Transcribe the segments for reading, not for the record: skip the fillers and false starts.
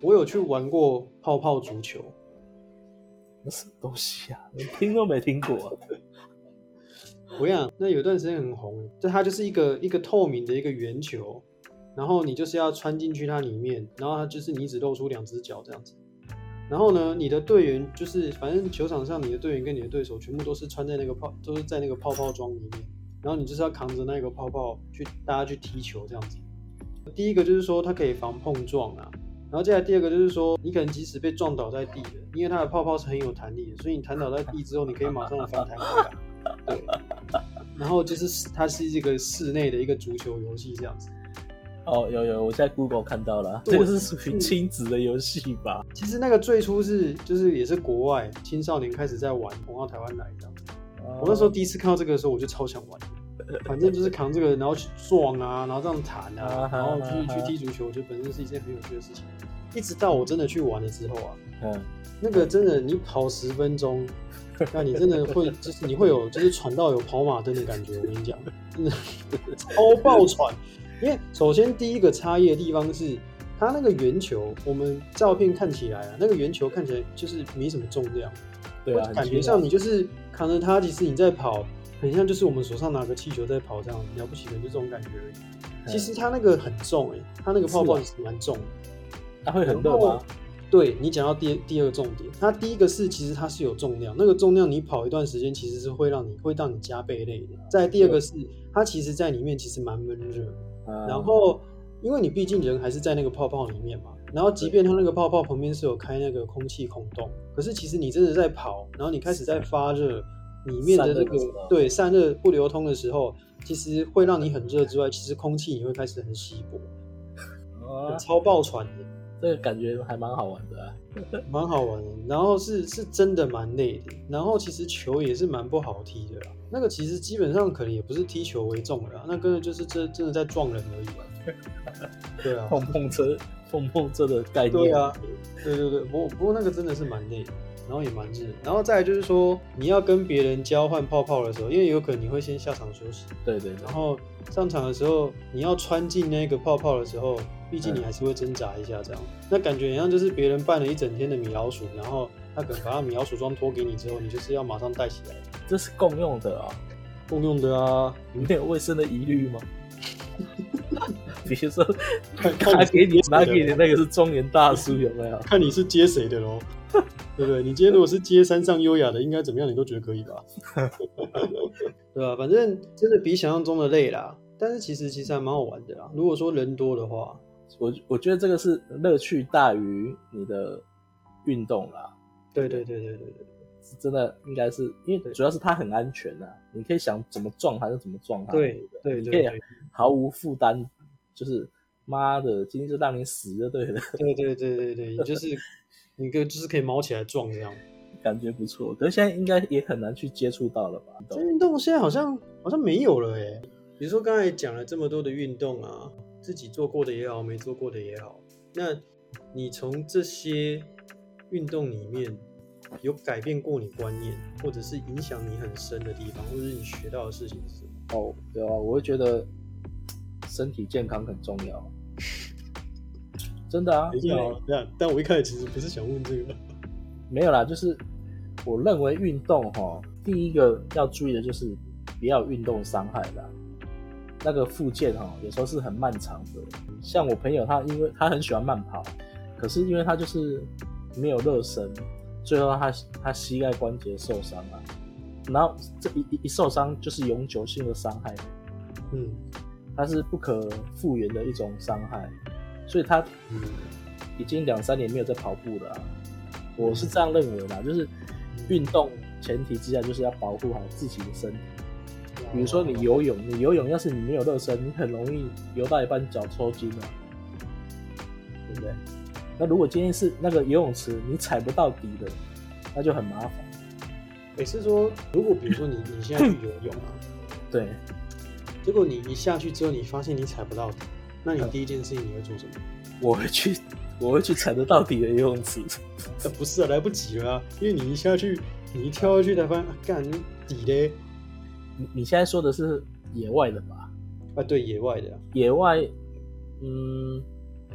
我有去玩过泡泡足球。 那什么东西啊？连听都没听过啊。 我跟你讲，那有段时间很红，它就是一个透明的一个圆球，然后你就是要穿进去它里面，然后它就是你只露出2只脚这样子。然后呢，你的队员就是反正球场上你的队员跟你的对手全部都是穿在都是在那个泡泡装里面，然后你就是要扛着那个泡泡大家去踢球这样子。第一个就是说它可以防碰撞啊，然后接下来第二个就是说你可能即使被撞倒在地的，因为它的泡泡是很有弹力的，所以你弹倒在地之后，你可以马上反弹回来。对，然后就是它是一个室内的一个足球游戏这样子。 哦，有，我在 Google 看到了，这个是属于亲子的游戏吧？ 其实那个最初就是也是国外青少年开始在玩，红到台湾来这样子。我那时候第一次看到这个的时候，我就超想玩。反正就是扛这个，然后去撞啊，然后这样弹啊，然后去踢足球，我觉得本身是一件很有趣的事情。一直到我真的去玩了之后啊，那个真的你跑10分钟，那你真的会就是你会有就是喘到有跑马灯的感觉。我跟你讲，真的超爆喘。因为首先第一个差异的地方是，它那个圆球，我们照片看起来啊，那个圆球看起来就是没什么重量， 对啊， 感觉上你就是扛着它，其实你在跑。很像就是我们手上拿个气球在跑这样，了不起的就这种感觉而已。其实它那个很重它那个泡泡其实蛮重的。 它会很热吗？ 对，你讲到第二个重点，它第一个是其实它是有重量，那个重量你跑一段时间其实是会让你加倍累的。再来第二个是它其实在里面其实蛮闷热的，然后因为你毕竟人还是在那个泡泡里面嘛，然后即便它那个泡泡旁边是有开那个空气孔洞，可是其实你真的在跑，然后你开始在发热。里面的那个散热不流通的时候，其实会让你很热之外，其实空气也会开始很稀薄，超爆喘的。 这个感觉还蛮好玩的啊， 蛮好玩的。然后是真的蛮累的，然后其实球也是蛮不好踢的啦。那个其实基本上可能也不是踢球为重的啦，那根本就是真的在撞人而已吧。对啊，碰碰车的概念。 对啊，对，不过那个真的是蛮累的。然后也蛮热，然后再来就是说，你要跟别人交换泡泡的时候，因为有可能你会先下场休息， 对， 然后上场的时候，你要穿进那个泡泡的时候，毕竟你还是会挣扎一下这样，那感觉很像就是别人扮了一整天的米老鼠，然后他可能把他米老鼠装脱给你之后，你就是要马上戴起来。 这是共用的啊， 共用的啊， 你没有卫生的疑虑吗？比如说拿给你的那个是中年大叔，有没有？ 看你是接谁的咯。对不对？你今天如果是接山上优雅的，应该怎么样你都觉得可以吧？对吧？反正真的比想象中的累啦，但是其实还蛮好玩的啦。如果说人多的话， 我觉得这个是乐趣大于你的运动啦。 对， 是真的应该是因为主要是它很安全啦，你可以想怎么撞还是怎么撞它。 对， 你可以毫无负担，就是妈的，今天就让你死就对了。 对，就是你就是可以毛起来撞这样， 感觉不错。可是现在应该也很难去接触到了吧？ 这运动现在好像没有了耶。比如说刚才讲了这么多的运动啊，自己做过的也好，没做过的也好，那你从这些运动里面有改变过你观念，或者是影响你很深的地方，或者是你学到的事情是什么？ 哦，对啊，我会觉得身体健康很重要。真的啊， 但我一开始其实不是想问这个， 没有啦，就是我认为运动第一个要注意的就是不要运动伤害啦。那个复健有时候是很漫长的。像我朋友他因为他很喜欢慢跑，可是因为他就是没有热身，最后他膝盖关节受伤了，然后这一受伤就是永久性的伤害，它是不可复原的一种伤害。所以他已经2-3年没有在跑步了我是这样认为啦，就是运动前提之下就是要保护好自己的身体。比如说你游泳要是你没有热身，你很容易游到一半脚抽筋了，对不对？那如果今天是那个游泳池你踩不到底的，那就很麻烦。 也是说，如果比如说你现在去游泳对， 结果你一下去之后你发现你踩不到底，那你第一件事情你会做什么？ 我会去踩得到底的游泳池。 不是来不及了因为你一下去，你一跳下去才发现干底嘞。 你现在说的是野外的吧？ 对，野外的野外，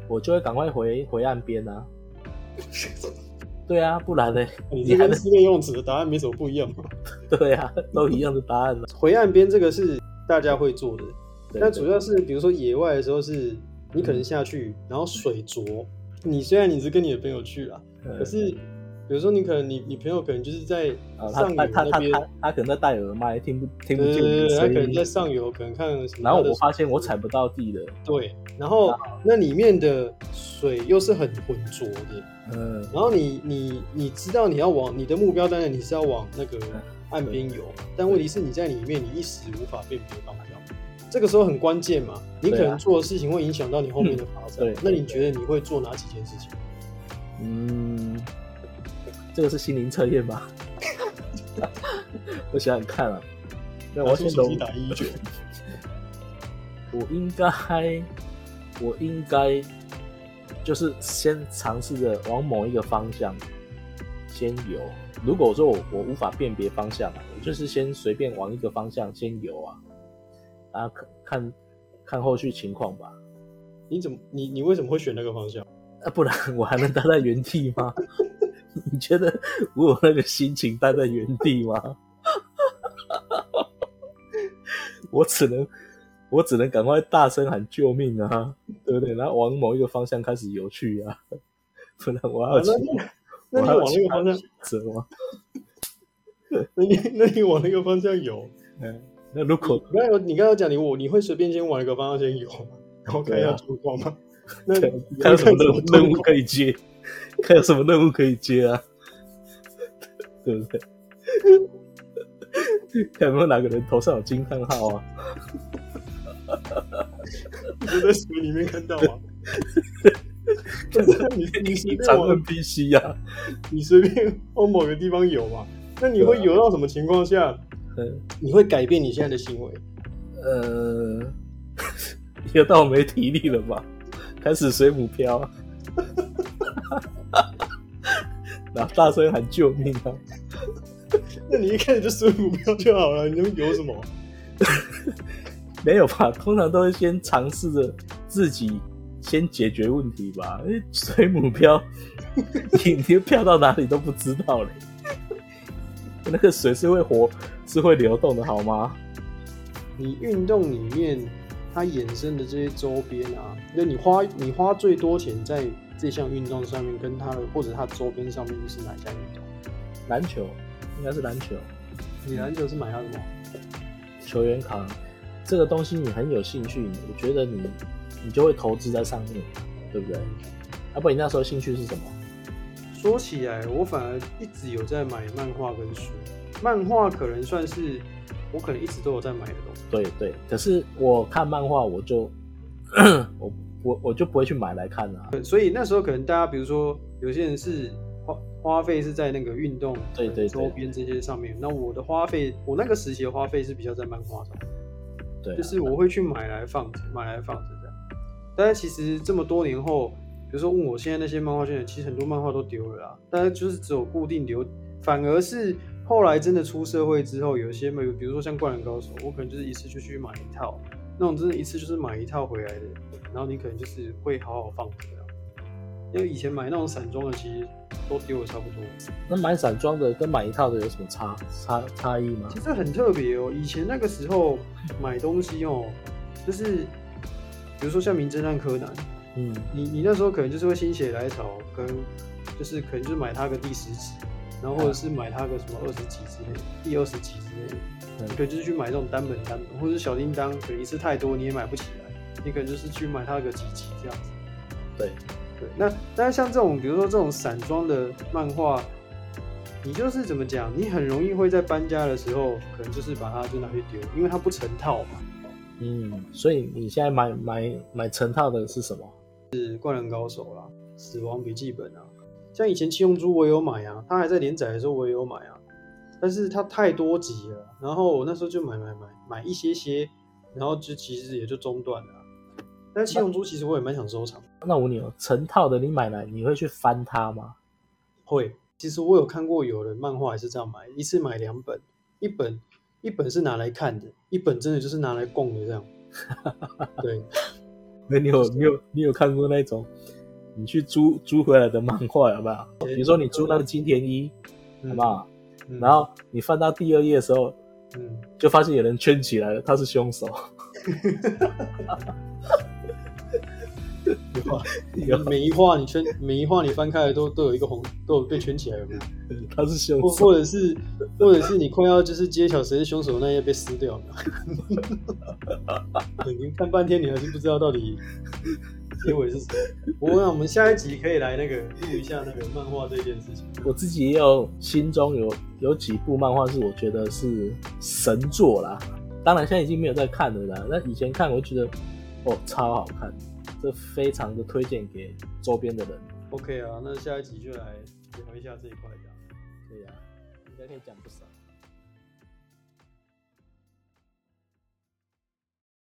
我就会赶快回岸边啊。对啊，不然呢？ 你这跟室内游泳池的答案没什么不一样嘛？ 对啊，都一样的答案了。 回岸边这个是大家会做的，但主要是比如说野外的时候是，你可能下去，然后水浊，你虽然你是跟你的朋友去啦，可是比如说你可能你朋友可能就是在上游那边， 他可能在戴耳麦，听不见你的声音， 他可能在上游，可能看什么。 然后我发现我踩不到地的。 对，然后那里面的水又是很浑浊的。然后你知道你要往你的目标，当然你是要往那个岸边游，但问题是你在里面你一时无法辨别方向，这个时候很关键嘛，你可能做的事情会影响到你后面的发展。那你觉得你会做哪几件事情？ 这个是心灵测验吧？我想想看啊，那我先手机打119。 我应该就是先尝试着往某一个方向先游。如果说我无法辨别方向，我就是先随便往一个方向先游啊，然后看后续情况吧。 你为什么会选那个方向？ 不然我还能待在原地吗？你觉得我有那个心情待在原地吗？我只能赶快大声喊救命啊，对不对？然后往某一个方向开始游去啊，不然我要那你往那个方向折吗？ 那你往那个方向游。 那如果你刚刚讲你会随便先往一个方向先游，然后看一下状况吗？那看有什么任务可以接，看有什么任务可以接啊，对不对？看有没有哪个人头上有惊叹号啊？ 你就在水里面看到吗？你随便往 NPC 啊， 你随便往某个地方游嘛？那你会游到什么情况下？你会改变你现在的行为？ 游到没体力了吧？开始水母漂，然后大声喊救命啊！ 那你一开始就水母漂就好了，你能游什么？ 没有吧？通常都会先尝试着自己先解决问题吧。水母漂，你漂到哪里都不知道嘞。那个水是会流动的，好吗？ 你运动里面它衍生的这些周边啊，那你花最多钱在这项运动上面，跟它的或者它周边上面，就是哪一项运动？ 篮球，应该是篮球。 你篮球是买它什么？ 球员卡。这个东西你很有兴趣，我觉得你就会投资在上面，对不对？不然你那时候兴趣是什么？ 说起来，我反而一直有在买漫画跟书。漫画可能算是我可能一直都有在买的东西。 对，可是我看漫画我就我就不会去买来看啊。 所以那时候可能大家比如说有些人是花费是在那个运动对周边这些上面，那我的花费，我那个时期的花费是比较在漫画上面。就是我会去买来放着这样。但是其实这么多年后，比如说问我现在那些漫画圈，其实很多漫画都丢了啦。但是就是只有固定留，反而是后来真的出社会之后，有些比如说像《灌篮高手》，我可能就是一次就去买一套，那种真的一次就是买一套回来的，然后你可能就是会好好放着这样。因为以前买那种散装的，其实都丢了差不多。 那买散装的跟买一套的有什么差异吗？ 其实很特别哦。以前那个时候买东西哦，就是比如说像《名侦探柯南》，你那时候可能就是会心血来潮，可能就是买它个第10集，然后或者是买它个什么20集之类的，第20集之类的，你可能就是去买这种单本，或者是小叮当，可能一次太多你也买不起来，你可能就是去买它个几集这样子。 对， 那但是像这种，比如说这种散装的漫画，你就是怎么讲，你很容易会在搬家的时候，可能就是把它就拿去丢，因为它不成套嘛。 所以你现在买成套的是什么？ 是《灌篮高手》啦，《死亡笔记本》啊，像以前七龙珠我也有买啊，它还在连载的时候我也有买啊，但是它太多集了，然后我那时候就买一些，然后就其实也就中断了。但是七龙珠其实我也蛮想收藏。 那我问你哦，成套的你买来你会去翻它吗？ 会，其实我有看过有人漫画也是这样买，一次买2本，一本是拿来看的，一本真的就是拿来供的这样。对， 你有看过那种你去租回来的漫画有没有？比如说你租那个金田一，好不好？然后你翻到第2页的时候，就发现有人圈起来了，他是凶手。 每一画你翻开来都有一个都有被圈起来，有没有？ 他是凶手， 或者是你快要就是揭晓谁是凶手那页被撕掉了，你看半天你还是不知道到底结尾是什么。我们下一集可以来录一下那个漫画这件事情。 我自己也有心中有几部漫画是我觉得是神作啦，当然现在已经没有在看了啦，那以前看我觉得超好看，这非常的推荐给周边的人。 OK 啊，那下一集就来聊一下这一块的。 对啊，应该可以讲不少。